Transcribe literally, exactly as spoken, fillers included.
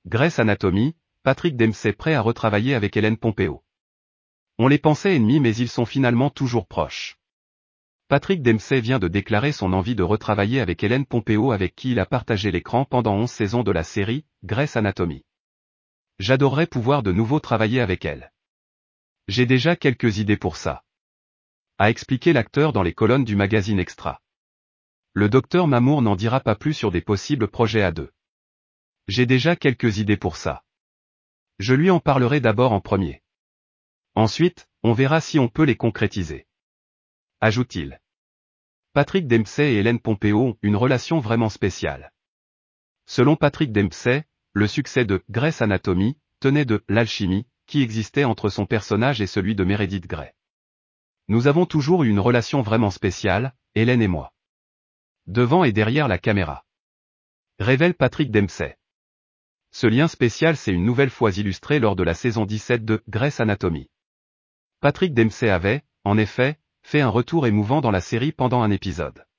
Grey's Anatomy, Patrick Dempsey prêt à retravailler avec Ellen Pompeo. On les pensait ennemis mais ils sont finalement toujours proches. Patrick Dempsey vient de déclarer son envie de retravailler avec Ellen Pompeo avec qui il a partagé l'écran pendant onze saisons de la série, Grey's Anatomy. J'adorerais pouvoir de nouveau travailler avec elle. J'ai déjà quelques idées pour ça. A expliqué l'acteur dans les colonnes du magazine Extra. Le docteur Mamour n'en dira pas plus sur des possibles projets à deux. J'ai déjà quelques idées pour ça. Je lui en parlerai d'abord en premier. Ensuite, on verra si on peut les concrétiser. Ajoute-t-il. Patrick Dempsey et Ellen Pompeo ont une relation vraiment spéciale. Selon Patrick Dempsey, le succès de Grey's Anatomy tenait de l'alchimie qui existait entre son personnage et celui de Meredith Grey. Nous avons toujours eu une relation vraiment spéciale, Ellen et moi. Devant et derrière la caméra. Révèle Patrick Dempsey. Ce lien spécial s'est une nouvelle fois illustré lors de la saison dix-sept de Grey's Anatomy. Patrick Dempsey avait, en effet, fait un retour émouvant dans la série pendant un épisode.